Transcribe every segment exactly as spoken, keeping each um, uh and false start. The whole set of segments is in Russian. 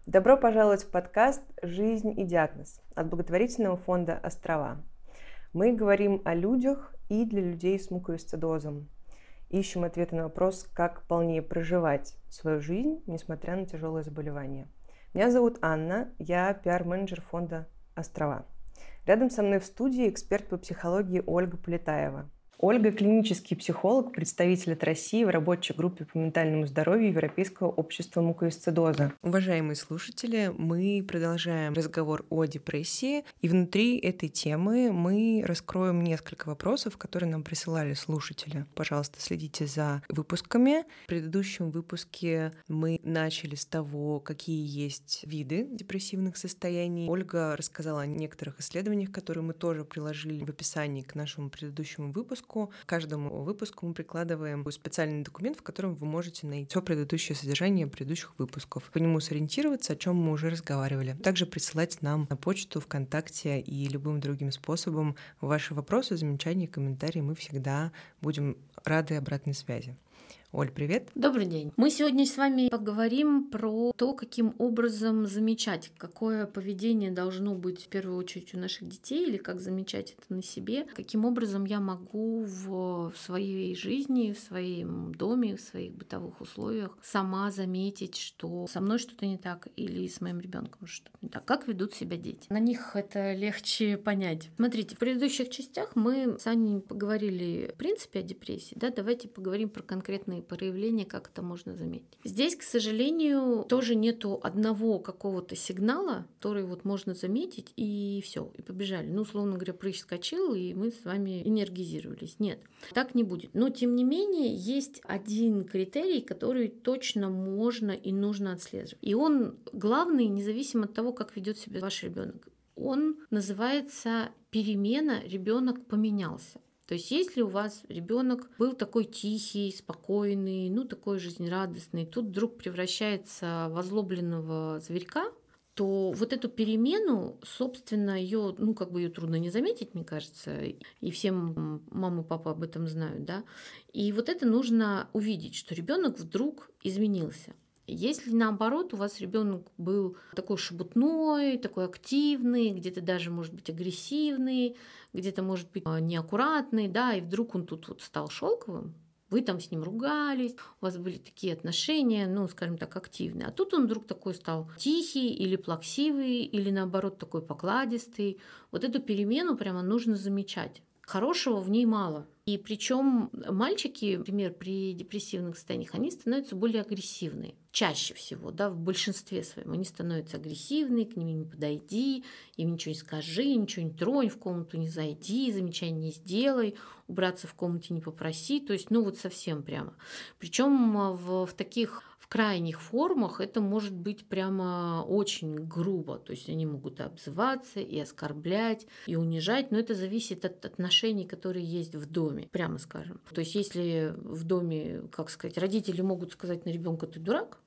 Добро пожаловать в подкаст «Жизнь и диагноз» от благотворительного фонда «Острова». Мы говорим о людях и для людей с муковисцидозом. Ищем ответы на вопрос, как полнее проживать свою жизнь, несмотря на тяжелое заболевание. Меня зовут Анна, я пиар-менеджер фонда «Острова». Рядом со мной в студии эксперт по психологии Ольга Полетаева. Ольга – клинический психолог, представитель от России в рабочей группе по ментальному здоровью Европейского общества муковисцидоза. Уважаемые слушатели, мы продолжаем разговор о депрессии, и внутри этой темы мы раскроем несколько вопросов, которые нам присылали слушатели. Пожалуйста, следите за выпусками. В предыдущем выпуске мы начали с того, какие есть виды депрессивных состояний. Ольга рассказала о некоторых исследованиях, которые мы тоже приложили в описании к нашему предыдущему выпуску. К каждому выпуску мы прикладываем специальный документ, в котором вы можете найти все предыдущее содержание предыдущих выпусков. По нему сориентироваться, о чем мы уже разговаривали. Также присылать нам на почту, ВКонтакте и любым другим способом ваши вопросы, замечания, комментарии. Мы всегда будем рады обратной связи. Оль, привет. Добрый день. Мы сегодня с вами поговорим про то, каким образом замечать, какое поведение должно быть в первую очередь у наших детей, или как замечать это на себе, каким образом я могу в своей жизни, в своем доме, в своих бытовых условиях сама заметить, что со мной что-то не так или с моим ребенком что-то не так. Как ведут себя дети. На них это легче понять. Смотрите, в предыдущих частях мы с Аней поговорили в принципе о депрессии. Да? Давайте поговорим про конкретные проявления, как это можно заметить. Здесь, к сожалению, тоже нету одного какого-то сигнала, который вот можно заметить, и все, и побежали. Ну, условно говоря, прыщ скочил, и мы с вами энергизировались. Нет, так не будет. Но, тем не менее, есть один критерий, который точно можно и нужно отслеживать. И он главный, независимо от того, как ведет себя ваш ребенок. Он называется перемена, ребенок поменялся. То есть если у вас ребенок был такой тихий, спокойный, ну такой жизнерадостный, тут вдруг превращается в озлобленного зверька, то вот эту перемену, собственно, ее, ну как бы ее трудно не заметить, мне кажется, и всем мама и папа об этом знают, да. И вот это нужно увидеть, что ребенок вдруг изменился. Если наоборот у вас ребенок был такой шебутной, такой активный, где-то даже может быть агрессивный, где-то может быть неаккуратный, да, и вдруг он тут вот стал шелковым, вы там с ним ругались, у вас были такие отношения, ну, скажем так, активные, а тут он вдруг такой стал тихий или плаксивый, или наоборот такой покладистый. Вот эту перемену прямо нужно замечать. Хорошего в ней мало. И причем мальчики, например, при депрессивных состояниях, они становятся более агрессивные. Чаще всего, да, в большинстве своем они становятся агрессивные, к ним не подойди, им ничего не скажи, ничего не тронь, в комнату не зайди, замечания не сделай, убраться в комнате не попроси, то есть, ну вот совсем прямо. Причем в, в таких в крайних формах это может быть прямо очень грубо, то есть они могут и обзываться, и оскорблять, и унижать, но это зависит от отношений, которые есть в доме, прямо скажем. То есть если в доме, как сказать, родители могут сказать на ребенка «ты дурак»,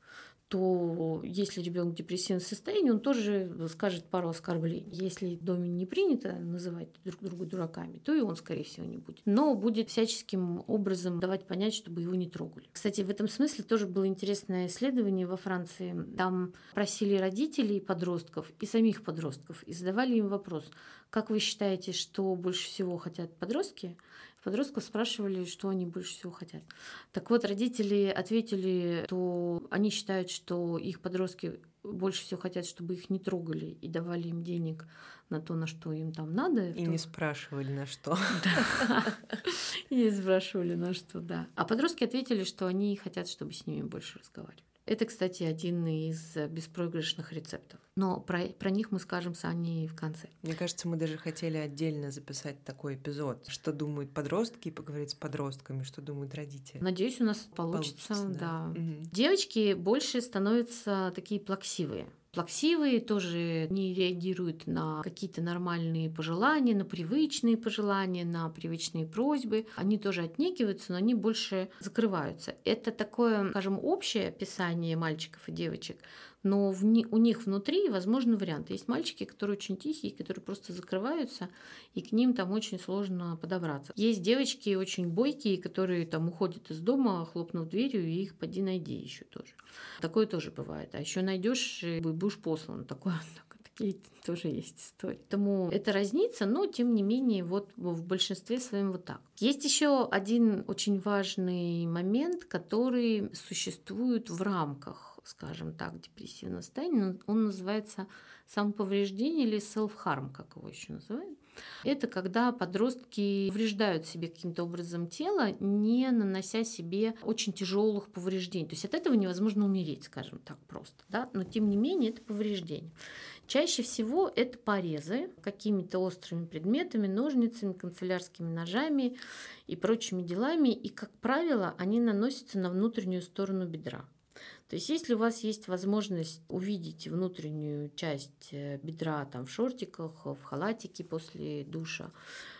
то если ребенок в депрессивном состоянии, он тоже скажет пару оскорблений. Если в доме не принято называть друг друга дураками, то и он, скорее всего, не будет. Но будет всяческим образом давать понять, чтобы его не трогали. Кстати, в этом смысле тоже было интересное исследование во Франции. Там просили родителей подростков и самих подростков и задавали им вопрос: как вы считаете, что больше всего хотят подростки? Подростков спрашивали, что они больше всего хотят. Так вот, родители ответили, что они считают, что их подростки больше всего хотят, чтобы их не трогали и давали им денег на то, на что им там надо. И не спрашивали, на что. Да. И не спрашивали, на что, да. А подростки ответили, что они хотят, чтобы с ними больше разговаривали. Это, кстати, один из беспроигрышных рецептов. Но про, про них мы скажем с Аней в конце. Мне кажется, мы даже хотели отдельно записать такой эпизод. Что думают подростки, и поговорить с подростками, что думают родители. Надеюсь, у нас получится. получится да. Да. Угу. Девочки больше становятся такие плаксивые. Плаксивые тоже не реагируют на какие-то нормальные пожелания, на привычные пожелания, на привычные просьбы. Они тоже отнекиваются, но они больше закрываются. Это такое, скажем, общее описание мальчиков и девочек. но в ни- у них внутри возможны варианты. Есть мальчики, которые очень тихие, которые просто закрываются, и к ним там очень сложно подобраться. Есть девочки очень бойкие, которые там уходят из дома, хлопнув дверью, и их поди найди еще тоже. Такое тоже бывает. А еще найдешь и будешь послан. Такое, такие тоже есть истории. Поэтому это разнится, но тем не менее вот в большинстве своем вот так. Есть еще один очень важный момент, который существует в рамках, скажем так, депрессивного состояния. Он называется самоповреждение или self-harm, как его еще называют. Это когда подростки повреждают себе каким-то образом тело, не нанося себе очень тяжелых повреждений. То есть от этого невозможно умереть, скажем так, просто. Да? Но тем не менее это повреждение. Чаще всего это порезы какими-то острыми предметами, ножницами, канцелярскими ножами и прочими делами. И, как правило, они наносятся на внутреннюю сторону бедра. То есть, если у вас есть возможность увидеть внутреннюю часть бедра там, в шортиках, в халатике после душа,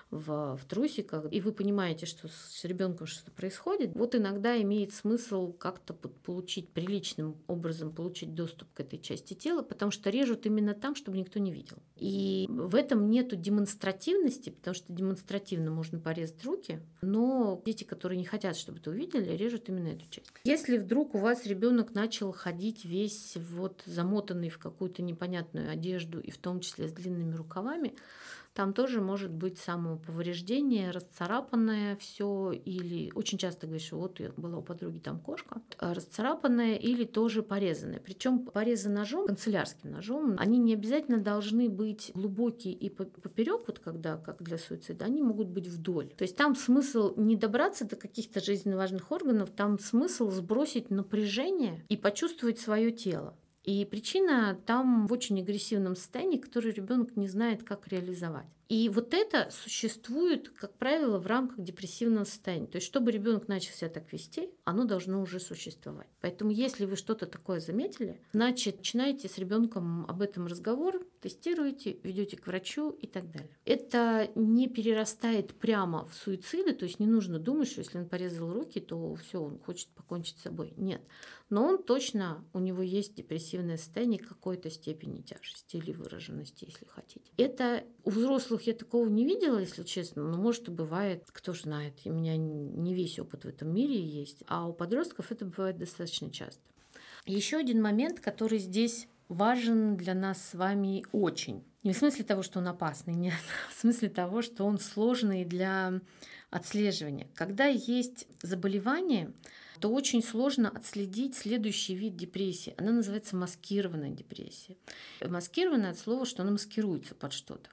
в, в трусиках, и вы понимаете, что с ребенком что-то происходит, вот иногда имеет смысл как-то получить приличным образом получить доступ к этой части тела, потому что режут именно там, чтобы никто не видел. И в этом нету демонстративности, потому что демонстративно можно порезать руки, но дети, которые не хотят, чтобы это увидели, режут именно эту часть. Если вдруг у вас ребенок начал ходить весь вот замотанный в какую-то непонятную одежду, и в том числе с длинными рукавами, там тоже может быть самоповреждение, расцарапанное все, или очень часто говоришь, что вот была у подруги там кошка, расцарапанное или тоже порезанное. Причем порезы ножом, канцелярским ножом, они не обязательно должны быть глубокие и поперек, вот когда, как для суицида, они могут быть вдоль. То есть там смысл не добраться до каких-то жизненно важных органов, там смысл сбросить напряжение и почувствовать свое тело. И причина там в очень агрессивном состоянии, которое ребенок не знает, как реализовать. И вот это существует, как правило, в рамках депрессивного состояния. То есть, чтобы ребенок начал себя так вести, оно должно уже существовать. Поэтому, если вы что-то такое заметили, значит, начинаете с ребенком об этом разговор, тестируете, ведете к врачу и так далее. Это не перерастает прямо в суициды, то есть не нужно думать, что если он порезал руки, то все, он хочет покончить с собой. Нет. Но он точно, у него есть депрессивное состояние какой-то степени тяжести или выраженности, если хотите. Это у взрослых я такого не видела, если честно, но может и бывает, кто ж знает, у меня не весь опыт в этом мире есть, а у подростков это бывает достаточно часто. Еще один момент, который здесь важен для нас с вами очень. Не в смысле того, что он опасный, нет, в смысле того, что он сложный для отслеживания. Когда есть заболевание, то очень сложно отследить следующий вид депрессии. Она называется маскированная депрессия. Маскированная от слова, что она маскируется под что-то.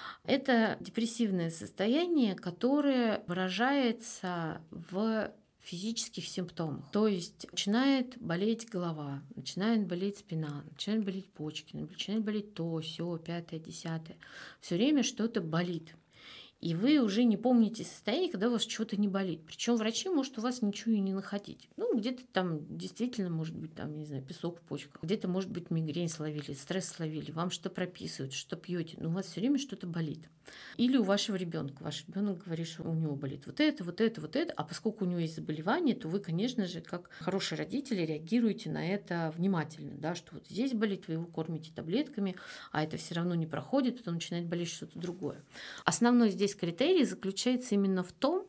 Это депрессивное состояние, которое выражается в физических симптомах. То есть начинает болеть голова, начинает болеть спина, начинает болеть почки, начинает болеть то, сё, пятое, десятое. Все время что-то болит. И вы уже не помните состояние, когда у вас чего-то не болит. Причем врачи, может, у вас ничего и не находить. Ну, где-то там действительно может быть, там, не знаю, песок в почках. Где-то, может быть, мигрень словили, стресс словили. Вам что прописывают, что пьете. Но у вас все время что-то болит. Или у вашего ребенка. Ваш ребенок говорит, что у него болит вот это, вот это, вот это. А поскольку у него есть заболевание, то вы, конечно же, как хорошие родители, реагируете на это внимательно. Да, что вот здесь болит, вы его кормите таблетками, а это все равно не проходит, потом начинает болеть что-то другое. Основной здесь критерий заключается именно в том,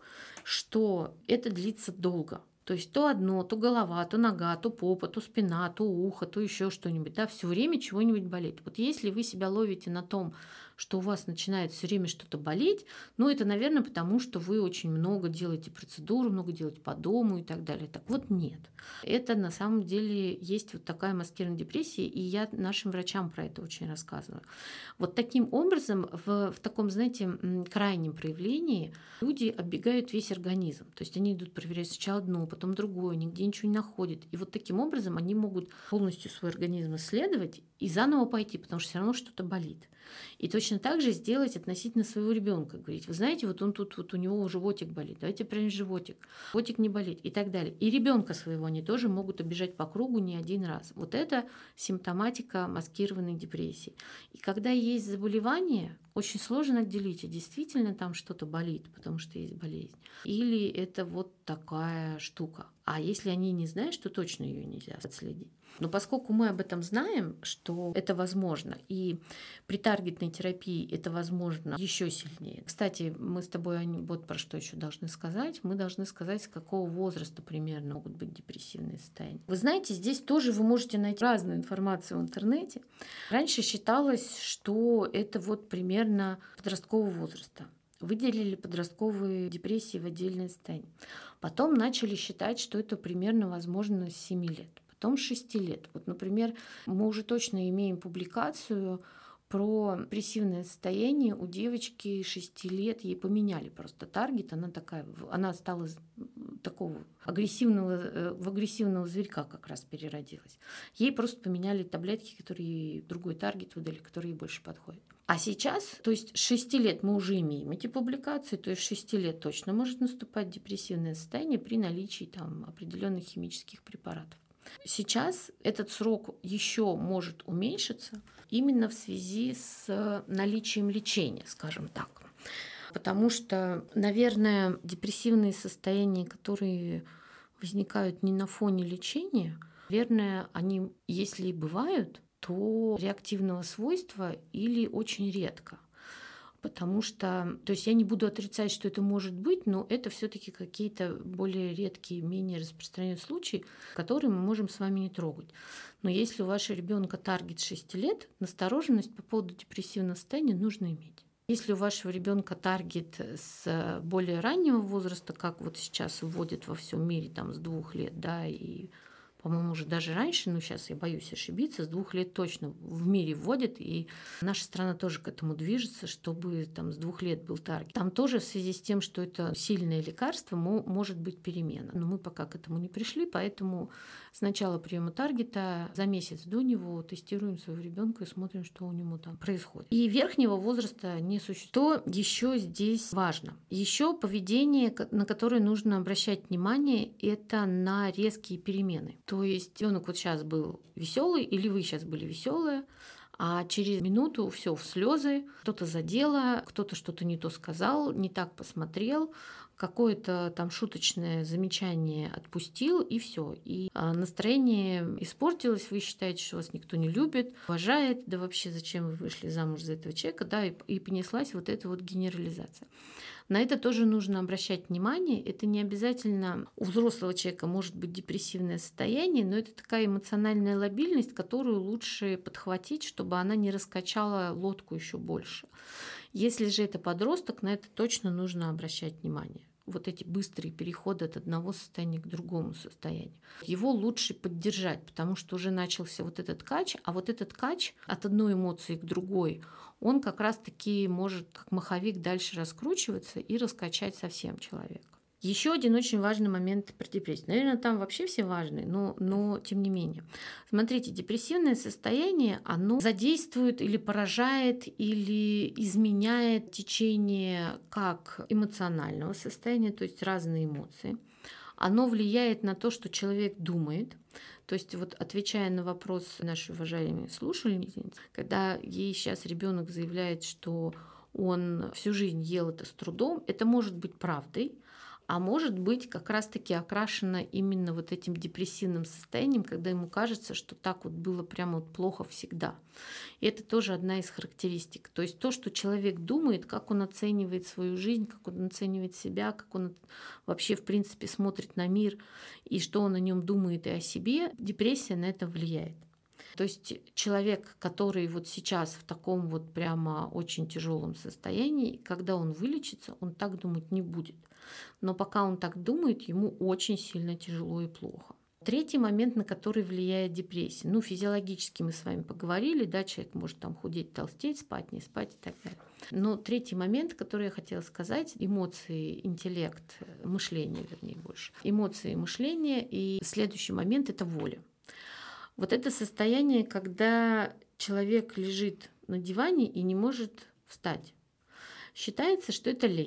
что это длится долго. То есть то одно, то голова, то нога, то попа, то спина, то ухо, то еще что-нибудь. Да, все время чего-нибудь болит. Вот если вы себя ловите на том, что у вас начинает все время что-то болеть, ну это, наверное, потому что вы очень много делаете процедур, много делаете по дому и так далее. Так вот нет. Это на самом деле есть вот такая маскированная депрессия, и я нашим врачам про это очень рассказываю. Вот таким образом, в, в таком, знаете, крайнем проявлении люди оббегают весь организм. То есть они идут проверять сначала одно, потом другое, нигде ничего не находят. И вот таким образом они могут полностью свой организм исследовать и заново пойти, потому что все равно что-то болит. И точно так же сделать относительно своего ребенка. Говорить, вы знаете, вот он тут, вот у него животик болит, давайте проверим животик. Животик не болит и так далее. И ребенка своего они тоже могут обижать по кругу не один раз. Вот это симптоматика маскированной депрессии. И когда есть заболевание, очень сложно отделить, а действительно там что-то болит, потому что есть болезнь. Или это вот такая штука. А если они не знают, то точно ее нельзя отследить. Но поскольку мы об этом знаем, что это возможно, и при таргетной терапии это возможно еще сильнее. Кстати, мы с тобой, Аня, вот про что еще должны сказать. Мы должны сказать, с какого возраста примерно могут быть депрессивные состояния. Вы знаете, здесь тоже вы можете найти разную информацию в интернете. Раньше считалось, что это вот примерно подросткового возраста. Выделили подростковые депрессии в отдельное состояние. Потом начали считать, что это примерно возможно с семи лет. Потом с шести лет. Вот, например, мы уже точно имеем публикацию про депрессивное состояние у девочки шести лет. Ей поменяли просто таргет. Она такая, она стала такого агрессивного, в агрессивного зверька как раз переродилась. Ей просто поменяли таблетки, которые другой таргет выдали, которые ей больше подходят. А сейчас, то есть с шести лет мы уже имеем эти публикации, то есть с шести лет точно может наступать депрессивное состояние при наличии там определенных химических препаратов. Сейчас этот срок еще может уменьшиться именно в связи с наличием лечения, скажем так. Потому что, наверное, депрессивные состояния, которые возникают не на фоне лечения, наверное, они, если и бывают, то реактивного свойства или очень редко. Потому что, то есть я не буду отрицать, что это может быть, но это все-таки какие-то более редкие, менее распространенные случаи, которые мы можем с вами не трогать. Но если у вашего ребенка таргет шесть лет, настороженность по поводу депрессивного состояния нужно иметь. Если у вашего ребенка таргет с более раннего возраста, как вот сейчас вводят во всем мире, там с двух лет, да, и по-моему, уже даже раньше, но сейчас я боюсь ошибиться, с двух лет точно в мире вводят, и наша страна тоже к этому движется, чтобы там с двух лет был таргет. Там тоже в связи с тем, что это сильное лекарство, может быть перемена. Но мы пока к этому не пришли, поэтому с начала приема таргета за месяц до него тестируем своего ребенка и смотрим, что у него там происходит. И верхнего возраста не существует. Что еще здесь важно? Еще поведение, на которое нужно обращать внимание, это на резкие перемены. То есть ребенок вот сейчас был веселый, или вы сейчас были веселые, а через минуту все в слезы, кто-то задело, кто-то что-то не то сказал, не так посмотрел, какое-то там шуточное замечание отпустил, и все. И настроение испортилось, вы считаете, что вас никто не любит, уважает, да вообще зачем вы вышли замуж за этого человека, да, и, и понеслась вот эта вот генерализация. На это тоже нужно обращать внимание. Это не обязательно у взрослого человека может быть депрессивное состояние, но это такая эмоциональная лобильность, которую лучше подхватить, чтобы она не раскачала лодку еще больше. Если же это подросток, на это точно нужно обращать внимание. Вот эти быстрые переходы от одного состояния к другому состоянию. Его лучше поддержать, потому что уже начался вот этот кач, а вот этот кач от одной эмоции к другой, он как раз-таки может, как маховик, дальше раскручиваться и раскачать совсем человека. Еще один очень важный момент про депрессию. Наверное, там вообще все важные, но, но тем не менее. Смотрите, депрессивное состояние, оно задействует или поражает, или изменяет течение как эмоционального состояния, то есть разные эмоции. Оно влияет на то, что человек думает. То есть вот отвечая на вопрос нашей уважаемой слушательницы, когда ей сейчас ребенок заявляет, что он всю жизнь ел это с трудом, это может быть правдой, а может быть как раз-таки окрашено именно вот этим депрессивным состоянием, когда ему кажется, что так вот было прямо вот плохо всегда. И это тоже одна из характеристик. То есть то, что человек думает, как он оценивает свою жизнь, как он оценивает себя, как он вообще в принципе смотрит на мир и что он о нем думает и о себе, депрессия на это влияет. То есть человек, который вот сейчас в таком вот прямо очень тяжелом состоянии, когда он вылечится, он так думать не будет. Но пока он так думает, ему очень сильно тяжело и плохо. Третий момент, на который влияет депрессия. Ну, физиологически мы с вами поговорили, да, человек может там худеть, толстеть, спать, не спать и так далее. Но третий момент, который я хотела сказать, эмоции, интеллект, мышление, вернее, больше. Эмоции, мышление. И следующий момент – это воля. Вот это состояние, когда человек лежит на диване и не может встать. Считается, что это лень.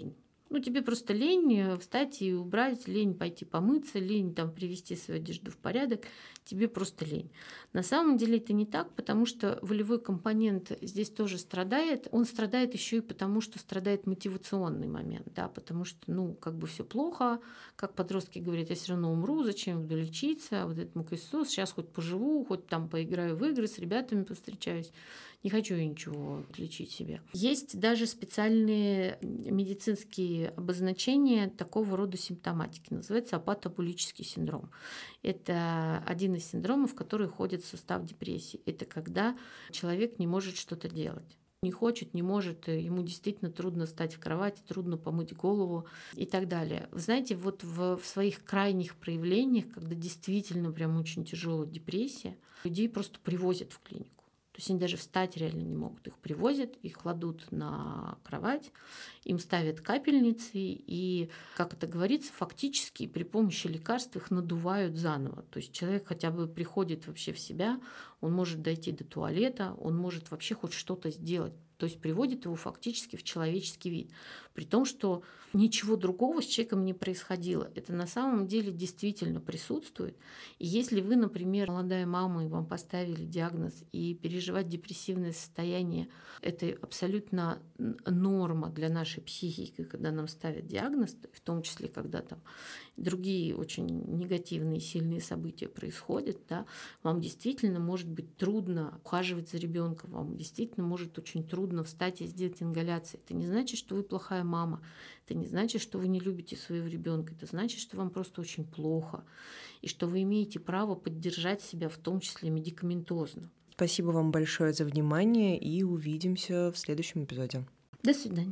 Ну, тебе просто лень встать и убрать, лень пойти помыться, лень там привести свою одежду в порядок, тебе просто лень. На самом деле это не так, потому что волевой компонент здесь тоже страдает. Он страдает еще и потому, что страдает мотивационный момент, да, потому что, ну, как бы все плохо, как подростки говорят, я все равно умру, зачем буду лечиться, вот этот мукосис, сейчас хоть поживу, хоть там поиграю в игры, с ребятами повстречаюсь. Не хочу я ничего лечить себе. Есть даже специальные медицинские обозначения такого рода симптоматики. Называется апатобулический синдром. Это один из синдромов, который входит в состав депрессии. Это когда человек не может что-то делать. Не хочет, не может, ему действительно трудно встать в кровати, трудно помыть голову и так далее. Вы знаете, вот в, в своих крайних проявлениях, когда действительно прям очень тяжелая депрессия, людей просто привозят в клинику. То есть они даже встать реально не могут. Их привозят, их кладут на кровать, им ставят капельницы, и, как это говорится, фактически при помощи лекарств их надувают заново. То есть человек хотя бы приходит вообще в себя, он может дойти до туалета, он может вообще хоть что-то сделать. То есть приводит его фактически в человеческий вид. При том, что ничего другого с человеком не происходило. Это на самом деле действительно присутствует. И если вы, например, молодая мама, и вам поставили диагноз, и переживать депрессивное состояние – это абсолютно норма для нашей психики, когда нам ставят диагноз, в том числе, когда там другие очень негативные, сильные события происходят, да, вам действительно может быть трудно ухаживать за ребенком, вам действительно может очень трудно встать и сделать ингаляции. Это не значит, что вы плохая мама, это не значит, что вы не любите своего ребенка, это значит, что вам просто очень плохо, и что вы имеете право поддержать себя, в том числе медикаментозно. Спасибо вам большое за внимание, и увидимся в следующем эпизоде. До свидания.